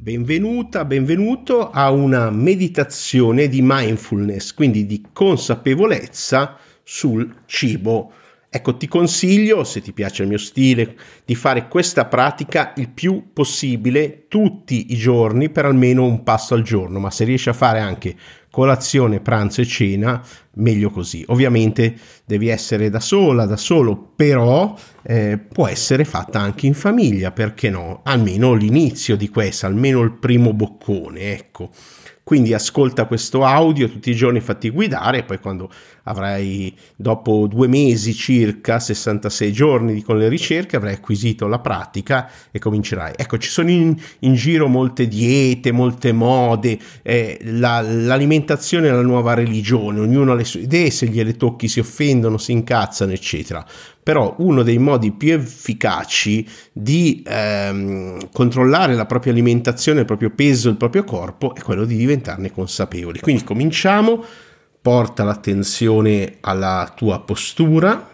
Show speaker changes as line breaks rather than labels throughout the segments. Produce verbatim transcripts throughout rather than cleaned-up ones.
Benvenuta, benvenuto a una meditazione di mindfulness, quindi di consapevolezza sul cibo. Ecco, ti consiglio, se ti piace il mio stile, di fare questa pratica il più possibile tutti i giorni per almeno un pasto al giorno, ma se riesci a fare anche colazione, pranzo e cena, meglio così. Ovviamente devi essere da sola, da solo, però eh, può essere fatta anche in famiglia, perché no? Almeno l'inizio di questa, almeno il primo boccone, ecco. Quindi ascolta questo audio tutti i giorni, fatti guidare, e poi quando avrai, dopo due mesi circa, sessantasei giorni con le ricerche, avrai acquisito la pratica e comincerai. Ecco, ci sono in, in giro molte diete, molte mode, eh, la, l'alimentazione è la nuova religione, ognuno ha le sue idee, se gliele tocchi si offendono, si incazzano, eccetera. Però uno dei modi più efficaci di ehm, controllare la propria alimentazione, il proprio peso, il proprio corpo, è quello di diventarne consapevoli. Quindi cominciamo, porta l'attenzione alla tua postura,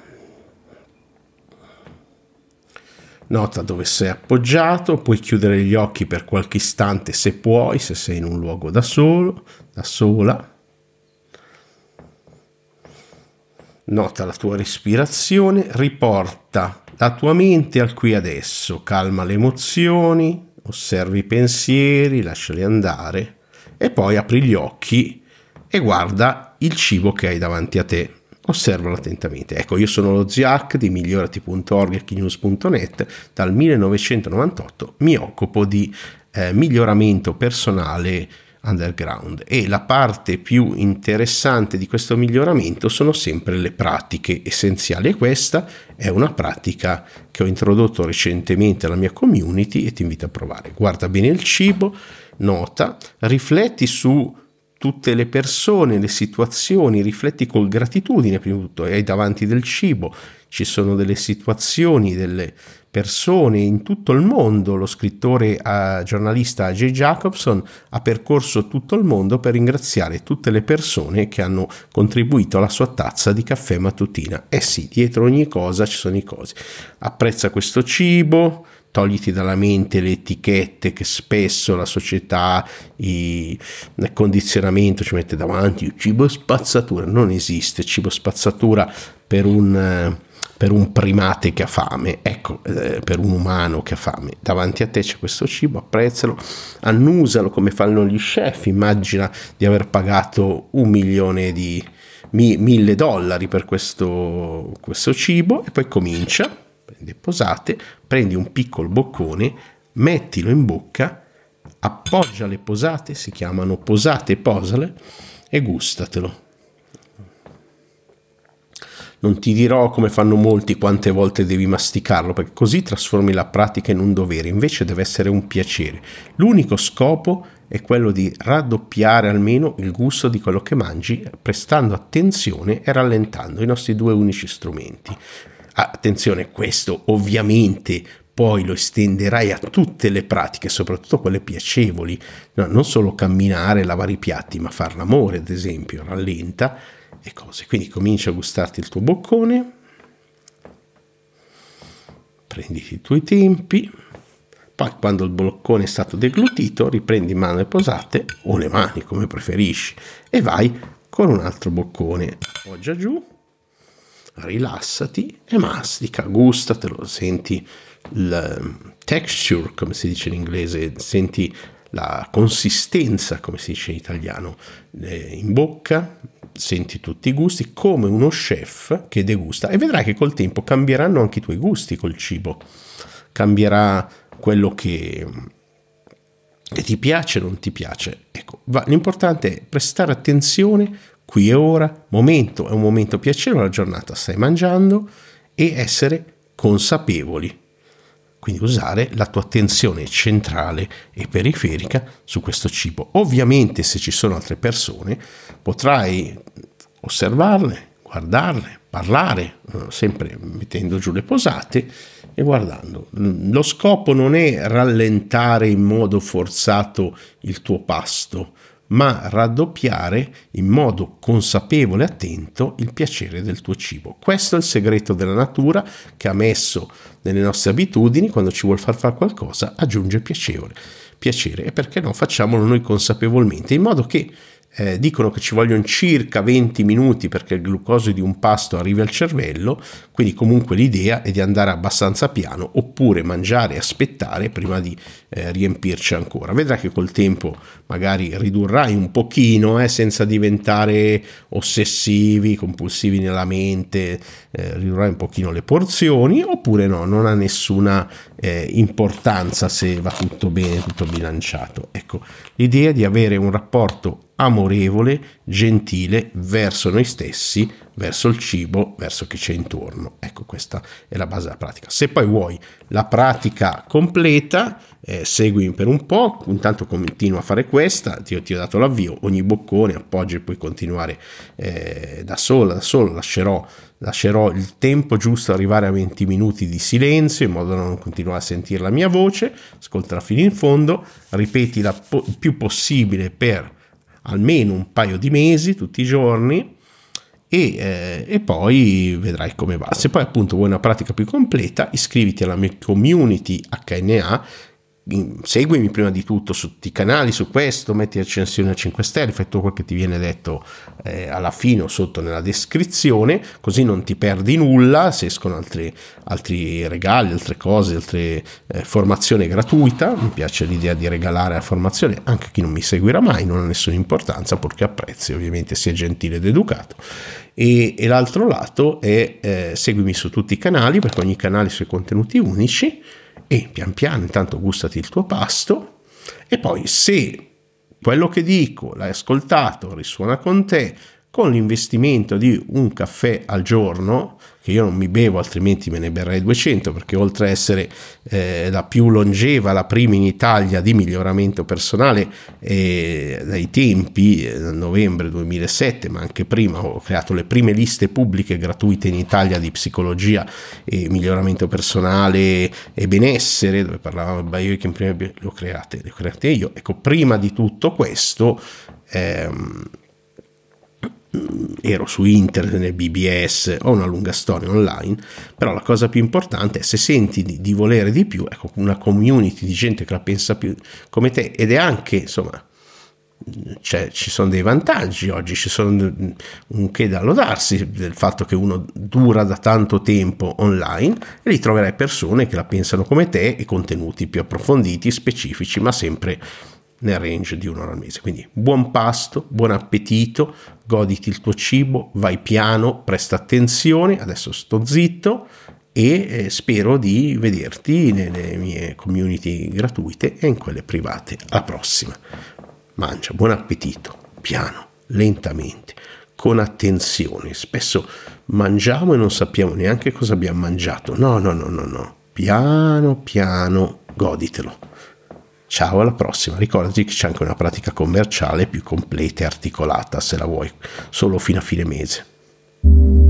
nota dove sei appoggiato, puoi chiudere gli occhi per qualche istante se puoi, se sei in un luogo da solo, da sola. Nota la tua respirazione, riporta la tua mente al qui adesso, calma le emozioni, osservi i pensieri, lasciali andare e poi apri gli occhi e guarda il cibo che hai davanti a te. Osservalo attentamente. Ecco, io sono lo Ziak di migliorati punto org e keynews punto net. Dal millenovecentonovantotto mi occupo di eh, miglioramento personale underground, e la parte più interessante di questo miglioramento sono sempre le pratiche essenziali, e questa è una pratica che ho introdotto recentemente alla mia community e ti invito a provare. Guarda bene il cibo, nota, rifletti su tutte le persone, le situazioni, rifletti con gratitudine. Prima di tutto hai davanti del cibo, ci sono delle situazioni, delle persone in tutto il mondo. Lo scrittore eh, giornalista Jay Jacobson ha percorso tutto il mondo per ringraziare tutte le persone che hanno contribuito alla sua tazza di caffè mattutina. Eh sì, dietro ogni cosa ci sono i cosi. Apprezza questo cibo, togliti dalla mente le etichette che spesso la società, i, il condizionamento ci mette davanti. Il cibo spazzatura, non esiste cibo spazzatura per un, per un primate che ha fame, ecco, eh, per un umano che ha fame. Davanti a te c'è questo cibo, apprezzalo, annusalo come fanno gli chef, immagina di aver pagato un milione di mi, mille dollari per questo, questo cibo, e poi comincia. Prendi posate, prendi un piccolo boccone, mettilo in bocca, appoggia le posate, si chiamano posate posale, e gustatelo. Non ti dirò, come fanno molti, quante volte devi masticarlo, perché così trasformi la pratica in un dovere, invece deve essere un piacere. L'unico scopo è quello di raddoppiare almeno il gusto di quello che mangi, prestando attenzione e rallentando, i nostri due unici strumenti. Attenzione, questo ovviamente poi lo estenderai a tutte le pratiche, soprattutto quelle piacevoli, no, non solo camminare, lavare i piatti, ma far l'amore, ad esempio, rallenta e cose. Quindi comincia a gustarti il tuo boccone, prenditi i tuoi tempi, poi quando il boccone è stato deglutito riprendi in mano le posate o le mani, come preferisci, e vai con un altro boccone. Appoggia giù, rilassati e mastica, gustatelo, senti il texture, come si dice in inglese, senti la consistenza, come si dice in italiano, in bocca, senti tutti i gusti come uno chef che degusta, e vedrai che col tempo cambieranno anche i tuoi gusti col cibo, cambierà quello che, che ti piace, non ti piace. Ecco, va, l'importante è prestare attenzione qui e ora, momento, è un momento piacevole, la giornata stai mangiando, e essere consapevoli. Quindi usare la tua attenzione centrale e periferica su questo cibo. Ovviamente se ci sono altre persone potrai osservarle, guardarle, parlare, sempre mettendo giù le posate e guardando. Lo scopo non è rallentare in modo forzato il tuo pasto, ma raddoppiare in modo consapevole e attento il piacere del tuo cibo. Questo è il segreto della natura che ha messo nelle nostre abitudini. Quando ci vuol far fare qualcosa aggiunge piacevole. piacere, e perché no, facciamolo noi consapevolmente, in modo che Eh, dicono che ci vogliono circa venti minuti perché il glucosio di un pasto arrivi al cervello, quindi comunque l'idea è di andare abbastanza piano, oppure mangiare e aspettare prima di eh, riempirci ancora. Vedrai che col tempo magari ridurrai un pochino, eh, senza diventare ossessivi, compulsivi nella mente, eh, ridurrai un pochino le porzioni, oppure no, non ha nessuna eh, importanza se va tutto bene, tutto bilanciato. Ecco, l'idea di avere un rapporto amorevole, gentile verso noi stessi, verso il cibo, verso chi c'è intorno. Ecco, questa è la base della pratica. Se poi vuoi la pratica completa, eh, seguimi per un po', intanto continua a fare questa, ti, ti ho dato l'avvio, ogni boccone appoggi e puoi continuare eh, da sola, da solo, lascerò lascerò il tempo giusto arrivare a venti minuti di silenzio in modo da non continuare a sentire la mia voce, ascoltala fino in fondo, ripetila po- il più possibile per almeno un paio di mesi, tutti i giorni, e, eh, e poi vedrai come va. Se poi appunto vuoi una pratica più completa, iscriviti alla mia community acca enne a, seguimi prima di tutto su tutti i canali, su questo, metti recensione a cinque stelle, fai tutto quel che ti viene detto eh, alla fine o sotto nella descrizione, così non ti perdi nulla, se escono altri, altri regali, altre cose, altre eh, formazione gratuita. Mi piace l'idea di regalare la formazione anche a chi non mi seguirà mai, non ha nessuna importanza, purché apprezzi, ovviamente sia gentile ed educato. E, e l'altro lato è eh, seguimi su tutti i canali, perché ogni canale ha i suoi contenuti unici, e pian piano intanto gustati il tuo pasto, e poi se quello che dico l'hai ascoltato, risuona con te, con l'investimento di un caffè al giorno, che io non mi bevo, altrimenti me ne berrei duecento, perché oltre a essere eh, la più longeva, la prima in Italia di miglioramento personale eh, dai tempi, eh, novembre duemilasette, ma anche prima ho creato le prime liste pubbliche gratuite in Italia di psicologia e miglioramento personale e benessere, dove parlavamo biohacking, prima le ho create, le ho create io. Ecco, prima di tutto questo ehm, ero su internet, nel B B S, ho una lunga storia online, però la cosa più importante è, se senti di, di volere di più, ecco, una community di gente che la pensa più come te, ed è anche, insomma, cioè, ci sono dei vantaggi oggi, ci sono un che da lodarsi del fatto che uno dura da tanto tempo online, e lì troverai persone che la pensano come te e contenuti più approfonditi, specifici, ma sempre nel range di un'ora al mese. Quindi buon pasto, buon appetito, goditi il tuo cibo, vai piano, presta attenzione, adesso sto zitto, e eh, spero di vederti nelle mie community gratuite e in quelle private. Alla prossima. Mangia, buon appetito, piano, lentamente, con attenzione. Spesso mangiamo e non sappiamo neanche cosa abbiamo mangiato. No, no, no, no, no. Piano, piano, goditelo. Ciao, alla prossima. Ricordati che c'è anche una pratica commerciale più completa e articolata, se la vuoi, solo fino a fine mese.